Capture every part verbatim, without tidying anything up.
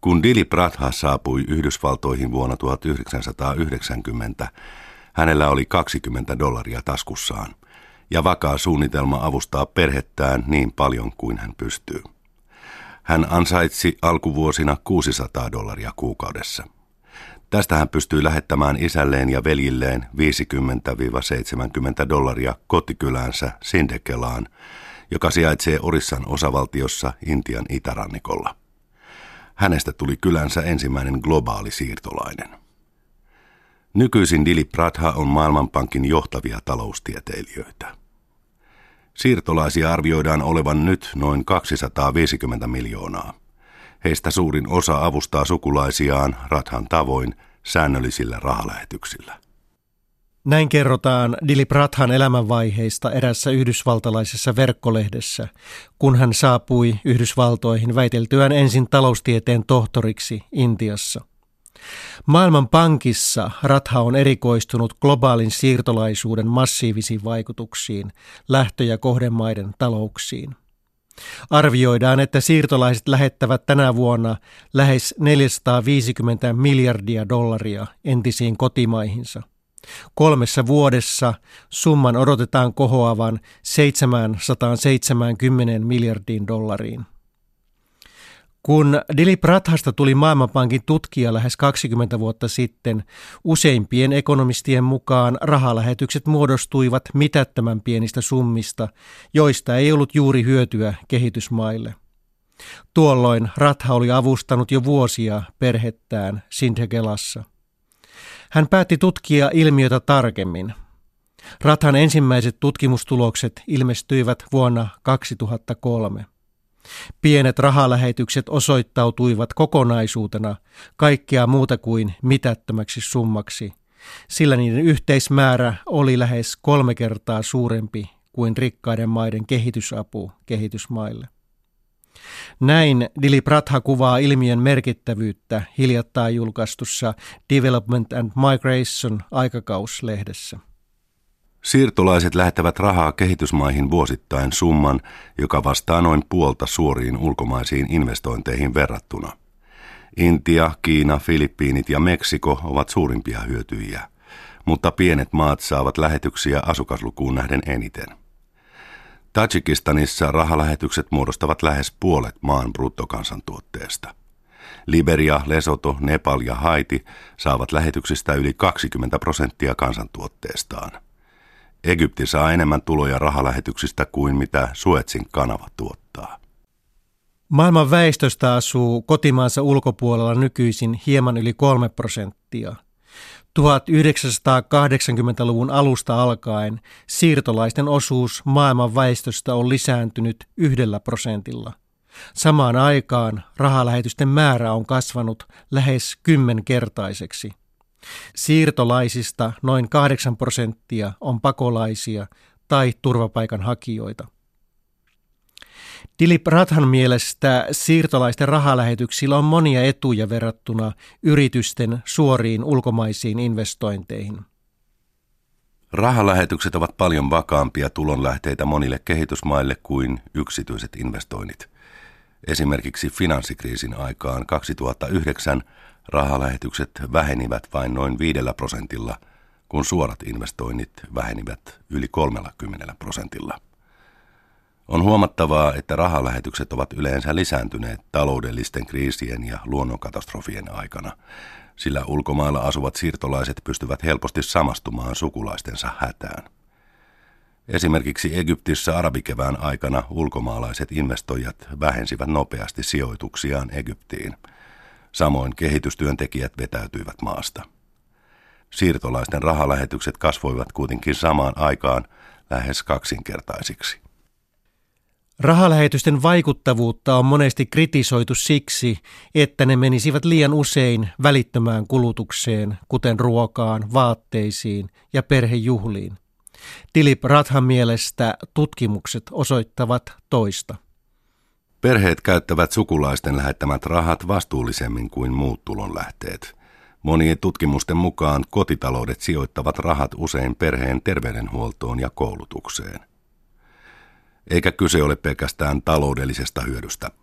Kun Dilip Ratha saapui Yhdysvaltoihin vuonna tuhatyhdeksänsataayhdeksänkymmentä, hänellä oli kaksikymmentä dollaria taskussaan ja vakaa suunnitelma avustaa perhettään niin paljon kuin hän pystyy. Hän ansaitsi alkuvuosina kuusisataa dollaria kuukaudessa. Tästä hän pystyi lähettämään isälleen ja veljilleen viisikymmentä seitsemänkymmentä dollaria kotikyläänsä Sindekelaan, joka sijaitsee Orissan osavaltiossa Intian itärannikolla. Hänestä tuli kylänsä ensimmäinen globaali siirtolainen. Nykyisin Dilip Ratha on Maailmanpankin johtavia taloustieteilijöitä. Siirtolaisia arvioidaan olevan nyt noin kaksisataaviisikymmentä miljoonaa. Heistä suurin osa avustaa sukulaisiaan Rathan tavoin säännöllisillä rahalähetyksillä. Näin kerrotaan Dilip Rathan elämänvaiheista erässä yhdysvaltalaisessa verkkolehdessä, kun hän saapui Yhdysvaltoihin väiteltyään ensin taloustieteen tohtoriksi Intiassa. Maailmanpankissa Ratha on erikoistunut globaalin siirtolaisuuden massiivisiin vaikutuksiin lähtö- ja kohdemaiden talouksiin. Arvioidaan, että siirtolaiset lähettävät tänä vuonna lähes neljäsataaviisikymmentä miljardia dollaria entisiin kotimaihinsa. Kolmessa vuodessa summan odotetaan kohoavan seitsemänsataaseitsemänkymmentä miljardiin dollariin. Kun Dilip Rathasta tuli Maailmanpankin tutkija lähes kaksikymmentä vuotta sitten, useimpien ekonomistien mukaan rahalähetykset muodostuivat mitättömän pienistä summista, joista ei ollut juuri hyötyä kehitysmaille. Tuolloin Ratha oli avustanut jo vuosia perhettään Sindhekelassa. Hän päätti tutkia ilmiötä tarkemmin. Rathan ensimmäiset tutkimustulokset ilmestyivät vuonna kaksituhattakolme. Pienet rahalähetykset osoittautuivat kokonaisuutena kaikkea muuta kuin mitättömäksi summaksi, sillä niiden yhteismäärä oli lähes kolme kertaa suurempi kuin rikkaiden maiden kehitysapu kehitysmaille. Näin Dilip Ratha kuvaa ilmiön merkittävyyttä hiljattain julkaistussa Development and Migration-aikakauslehdessä. Siirtolaiset lähettävät rahaa kehitysmaihin vuosittain summan, joka vastaa noin puolta suoriin ulkomaisiin investointeihin verrattuna. Intia, Kiina, Filippiinit ja Meksiko ovat suurimpia hyötyjiä, mutta pienet maat saavat lähetyksiä asukaslukuun nähden eniten. Tadžikistanissa rahalähetykset muodostavat lähes puolet maan bruttokansantuotteesta. Liberia, Lesotho, Nepal ja Haiti saavat lähetyksistä yli kaksikymmentä prosenttia kansantuotteestaan. Egypti saa enemmän tuloja rahalähetyksistä kuin mitä Suezin kanava tuottaa. Maailman väestöstä asuu kotimaansa ulkopuolella nykyisin hieman yli kolme prosenttia. tuhatyhdeksänsataakahdeksankymmentäluvun alusta alkaen siirtolaisten osuus maailman väestöstä on lisääntynyt yhdellä prosentilla. Samaan aikaan rahalähetysten määrä on kasvanut lähes kymmenkertaiseksi. Siirtolaisista noin kahdeksan prosenttia on pakolaisia tai turvapaikanhakijoita. Dilip Rathan mielestä siirtolaisten rahalähetyksillä on monia etuja verrattuna yritysten suoriin ulkomaisiin investointeihin. Rahalähetykset ovat paljon vakaampia tulonlähteitä monille kehitysmaille kuin yksityiset investoinnit. Esimerkiksi finanssikriisin aikaan kaksituhattayhdeksän rahalähetykset vähenivät vain noin viidellä prosentilla, kun suorat investoinnit vähenivät yli kolmellakymmenellä prosentilla. On huomattavaa, että rahalähetykset ovat yleensä lisääntyneet taloudellisten kriisien ja luonnonkatastrofien aikana, sillä ulkomailla asuvat siirtolaiset pystyvät helposti samastumaan sukulaistensa hätään. Esimerkiksi Egyptissä arabikevään aikana ulkomaalaiset investoijat vähensivät nopeasti sijoituksiaan Egyptiin. Samoin kehitystyöntekijät vetäytyivät maasta. Siirtolaisten rahalähetykset kasvoivat kuitenkin samaan aikaan lähes kaksinkertaisiksi. Rahalähetysten vaikuttavuutta on monesti kritisoitu siksi, että ne menisivät liian usein välittömään kulutukseen, kuten ruokaan, vaatteisiin ja perhejuhliin. Dilip Rathan mielestä tutkimukset osoittavat toista. Perheet käyttävät sukulaisten lähettämät rahat vastuullisemmin kuin muut tulonlähteet. Monien tutkimusten mukaan kotitaloudet sijoittavat rahat usein perheen terveydenhuoltoon ja koulutukseen. Eikä kyse ole pelkästään taloudellisesta hyödystä.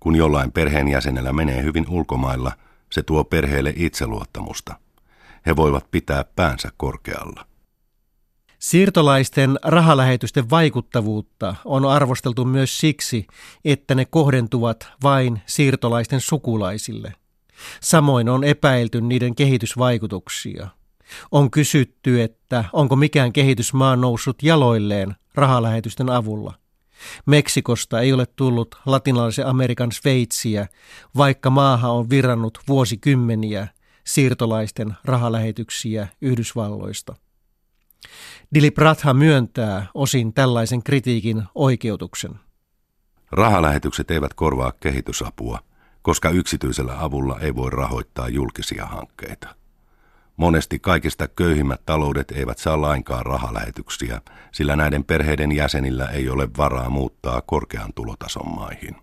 Kun jollain perheenjäsenellä menee hyvin ulkomailla, se tuo perheelle itseluottamusta. He voivat pitää päänsä korkealla. Siirtolaisten rahalähetysten vaikuttavuutta on arvosteltu myös siksi, että ne kohdentuvat vain siirtolaisten sukulaisille. Samoin on epäilty niiden kehitysvaikutuksia. On kysytty, että onko mikään kehitysmaa noussut jaloilleen rahalähetysten avulla. Meksikosta ei ole tullut latinalaisen Amerikan Sveitsiä, vaikka maahan on virrannut vuosikymmeniä siirtolaisten rahalähetyksiä Yhdysvalloista. Dilip Ratha myöntää osin tällaisen kritiikin oikeutuksen. Rahalähetykset eivät korvaa kehitysapua, koska yksityisellä avulla ei voi rahoittaa julkisia hankkeita. Monesti kaikista köyhimmät taloudet eivät saa lainkaan rahalähetyksiä, sillä näiden perheiden jäsenillä ei ole varaa muuttaa korkean tulotason maihin.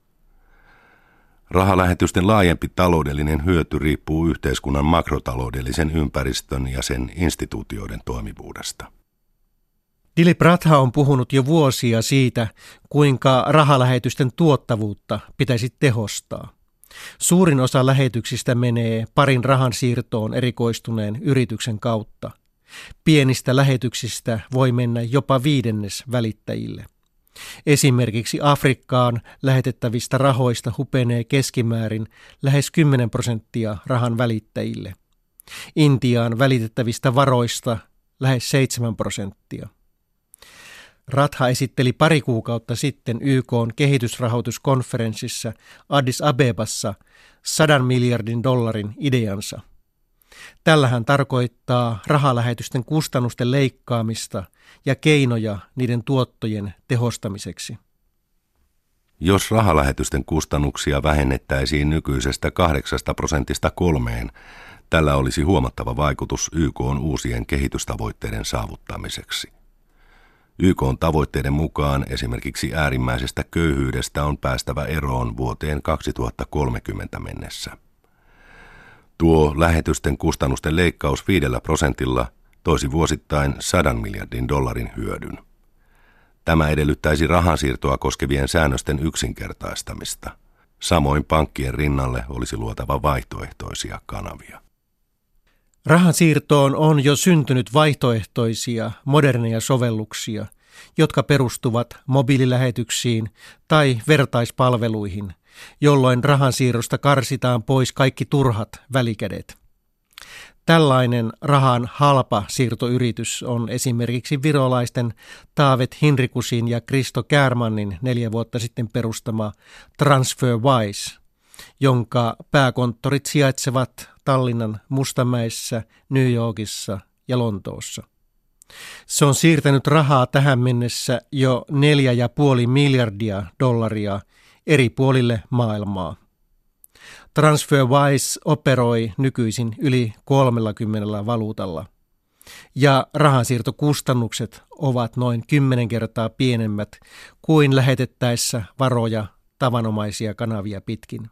Rahalähetysten laajempi taloudellinen hyöty riippuu yhteiskunnan makrotaloudellisen ympäristön ja sen instituutioiden toimivuudesta. Dilip Ratha on puhunut jo vuosia siitä, kuinka rahalähetysten tuottavuutta pitäisi tehostaa. Suurin osa lähetyksistä menee parin rahansiirtoon erikoistuneen yrityksen kautta. Pienistä lähetyksistä voi mennä jopa viidennes välittäjille. Esimerkiksi Afrikkaan lähetettävistä rahoista hupenee keskimäärin lähes kymmenen prosenttia rahan välittäjille. Intiaan välitettävistä varoista lähes seitsemän prosenttia. Ratha esitteli pari kuukautta sitten Y K:n kehitysrahoituskonferenssissa Addis Abebassa sadan miljardin dollarin ideansa. Tällä hän tarkoittaa rahalähetysten kustannusten leikkaamista ja keinoja niiden tuottojen tehostamiseksi. Jos rahalähetysten kustannuksia vähennettäisiin nykyisestä kahdeksasta prosentista kolmeen, tällä olisi huomattava vaikutus Y K:n uusien kehitystavoitteiden saavuttamiseksi. Y K:n tavoitteiden mukaan esimerkiksi äärimmäisestä köyhyydestä on päästävä eroon vuoteen kaksituhattakolmekymmentä mennessä. Tuo lähetysten kustannusten leikkaus viidellä prosentilla toisi vuosittain sadan miljardin dollarin hyödyn. Tämä edellyttäisi rahansiirtoa koskevien säännösten yksinkertaistamista. Samoin pankkien rinnalle olisi luotava vaihtoehtoisia kanavia. Rahansiirtoon on jo syntynyt vaihtoehtoisia, moderneja sovelluksia, jotka perustuvat mobiililähetyksiin tai vertaispalveluihin, jolloin rahansiirrosta karsitaan pois kaikki turhat välikädet. Tällainen rahan halpa siirtoyritys on esimerkiksi virolaisten Taavet Hinrikusin ja Kristo Kärmannin neljä vuotta sitten perustama TransferWise, jonka pääkonttorit sijaitsevat Tallinnan Mustamäessä, New Yorkissa ja Lontoossa. Se on siirtänyt rahaa tähän mennessä jo neljä ja puoli miljardia dollaria eri puolille maailmaa. TransferWise operoi nykyisin yli kolmellakymmenellä valuutalla ja rahansiirtokustannukset ovat noin kymmenen kertaa pienemmät kuin lähetettäessä varoja tavanomaisia kanavia pitkin.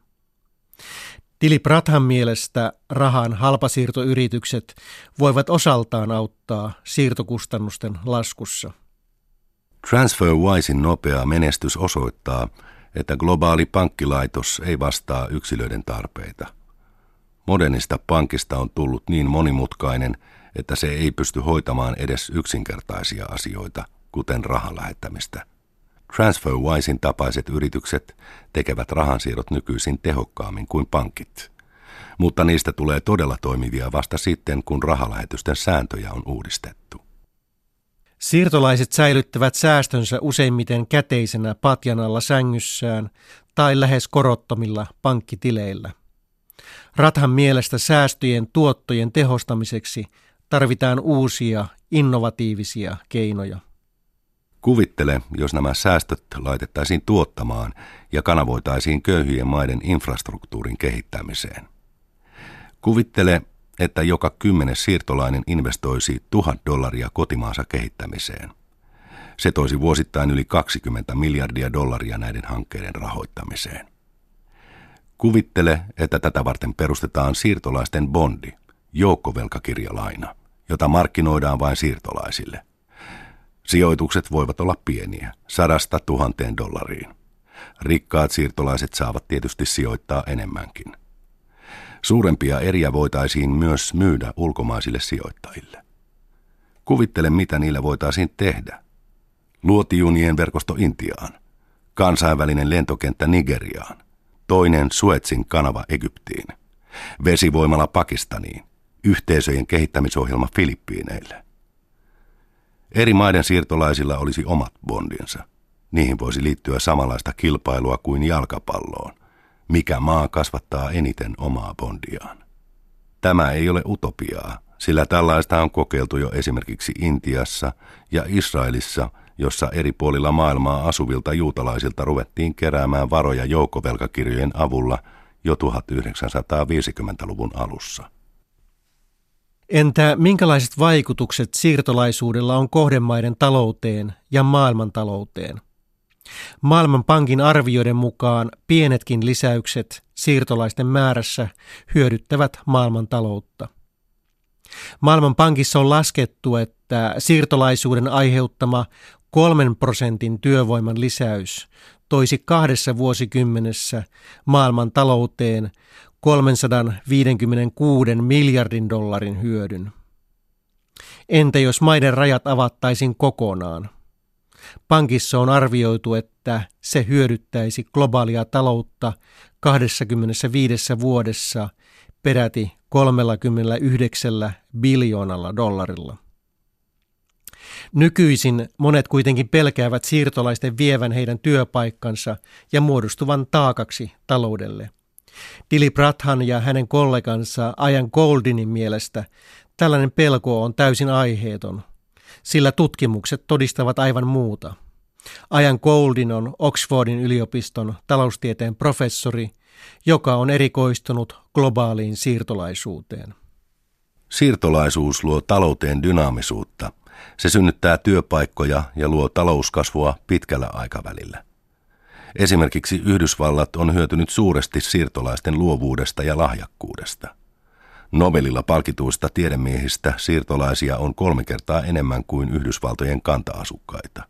Dilip Rathan mielestä rahan halpasiirtoyritykset voivat osaltaan auttaa siirtokustannusten laskussa. TransferWisen nopea menestys osoittaa, että globaali pankkilaitos ei vastaa yksilöiden tarpeita. Modernista pankista on tullut niin monimutkainen, että se ei pysty hoitamaan edes yksinkertaisia asioita, kuten rahan lähettämistä. TransferWisen tapaiset yritykset tekevät rahansiirrot nykyisin tehokkaammin kuin pankit, mutta niistä tulee todella toimivia vasta sitten, kun rahalähetysten sääntöjä on uudistettu. Siirtolaiset säilyttävät säästönsä useimmiten käteisenä patjan alla sängyssään tai lähes korottomilla pankkitileillä. Rathan mielestä säästöjen tuottojen tehostamiseksi tarvitaan uusia, innovatiivisia keinoja. Kuvittele, jos nämä säästöt laitettaisiin tuottamaan ja kanavoitaisiin köyhien maiden infrastruktuurin kehittämiseen. Kuvittele, että joka kymmenes siirtolainen investoisi tuhat dollaria kotimaansa kehittämiseen. Se toisi vuosittain yli kaksikymmentä miljardia dollaria näiden hankkeiden rahoittamiseen. Kuvittele, että tätä varten perustetaan siirtolaisten bondi, joukkovelkakirjalaina, jota markkinoidaan vain siirtolaisille. Sijoitukset voivat olla pieniä, sadasta tuhanteen dollariin. Rikkaat siirtolaiset saavat tietysti sijoittaa enemmänkin. Suurempia eriä voitaisiin myös myydä ulkomaisille sijoittajille. Kuvittele, mitä niillä voitaisiin tehdä. Luotijunien verkosto Intiaan, kansainvälinen lentokenttä Nigeriaan, toinen Suezin kanava Egyptiin, vesivoimala Pakistaniin, yhteisöjen kehittämisohjelma Filippiineille. Eri maiden siirtolaisilla olisi omat bondinsa. Niihin voisi liittyä samanlaista kilpailua kuin jalkapalloon. Mikä maa kasvattaa eniten omaa bondiaan? Tämä ei ole utopiaa, sillä tällaista on kokeiltu jo esimerkiksi Intiassa ja Israelissa, jossa eri puolilla maailmaa asuvilta juutalaisilta ruvettiin keräämään varoja joukkovelkakirjojen avulla jo tuhatyhdeksänsataaviisikymmentäluvun alussa. Entä minkälaiset vaikutukset siirtolaisuudella on kohdemaiden talouteen ja maailmantalouteen? Maailmanpankin arvioiden mukaan pienetkin lisäykset siirtolaisten määrässä hyödyttävät maailmantaloutta. Maailmanpankissa on laskettu, että siirtolaisuuden aiheuttama kolmen prosentin työvoiman lisäys toisi kahdessa vuosikymmenessä maailman talouteen kolmesataaviisikymmentäkuusi miljardin dollarin hyödyn. Entä jos maiden rajat avattaisiin kokonaan? Pankissa on arvioitu, että se hyödyttäisi globaalia taloutta kaksikymmentäviisi vuodessa peräti kolmekymmentäyhdeksän biljoonalla dollarilla. Nykyisin monet kuitenkin pelkäävät siirtolaisten vievän heidän työpaikkansa ja muodostuvan taakaksi taloudelle. Dilip Rathan ja hänen kollegansa Ian Goldinin mielestä tällainen pelko on täysin aiheeton, sillä tutkimukset todistavat aivan muuta. Ian Goldin on Oxfordin yliopiston taloustieteen professori, joka on erikoistunut globaaliin siirtolaisuuteen. Siirtolaisuus luo talouteen dynaamisuutta. Se synnyttää työpaikkoja ja luo talouskasvua pitkällä aikavälillä. Esimerkiksi Yhdysvallat on hyötynyt suuresti siirtolaisten luovuudesta ja lahjakkuudesta. Nobelilla palkituista tiedemiehistä siirtolaisia on kolme kertaa enemmän kuin Yhdysvaltojen kanta-asukkaita.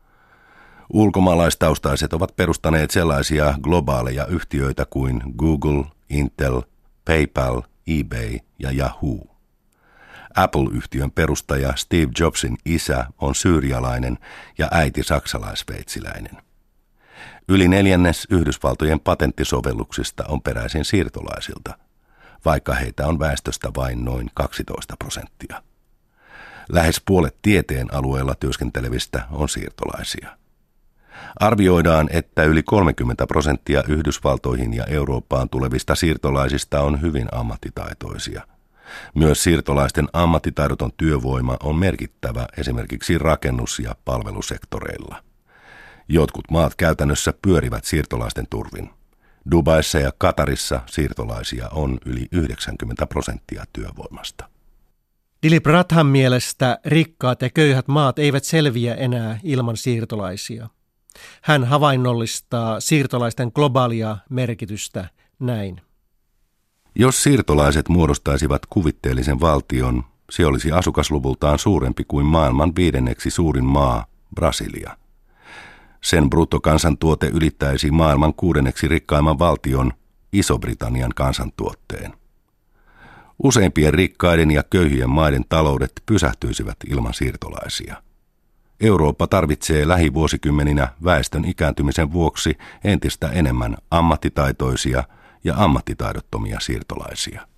Ulkomaalaistaustaiset ovat perustaneet sellaisia globaaleja yhtiöitä kuin Google, Intel, PayPal, eBay ja Yahoo. Apple-yhtiön perustaja Steve Jobsin isä on syyrialainen ja äiti saksalais-sveitsiläinen. Yli neljännes Yhdysvaltojen patenttisovelluksista on peräisin siirtolaisilta, vaikka heitä on väestöstä vain noin kaksitoista prosenttia. Lähes puolet tieteen alueella työskentelevistä on siirtolaisia. Arvioidaan, että yli kolmekymmentä prosenttia Yhdysvaltoihin ja Eurooppaan tulevista siirtolaisista on hyvin ammattitaitoisia. Myös siirtolaisten ammattitaidoton työvoima on merkittävä esimerkiksi rakennus- ja palvelusektoreilla. Jotkut maat käytännössä pyörivät siirtolaisten turvin. Dubaissa ja Katarissa siirtolaisia on yli yhdeksänkymmentä prosenttia työvoimasta. Dilip Rathan mielestä rikkaat ja köyhät maat eivät selviä enää ilman siirtolaisia. Hän havainnollistaa siirtolaisten globaalia merkitystä näin. Jos siirtolaiset muodostaisivat kuvitteellisen valtion, se olisi asukasluvultaan suurempi kuin maailman viidenneksi suurin maa, Brasilia. Sen bruttokansantuote ylittäisi maailman kuudenneksi rikkaimman valtion, Iso-Britannian kansantuotteen. Useimpien rikkaiden ja köyhien maiden taloudet pysähtyisivät ilman siirtolaisia. Eurooppa tarvitsee lähivuosikymmeninä väestön ikääntymisen vuoksi entistä enemmän ammattitaitoisia ja ammattitaidottomia siirtolaisia.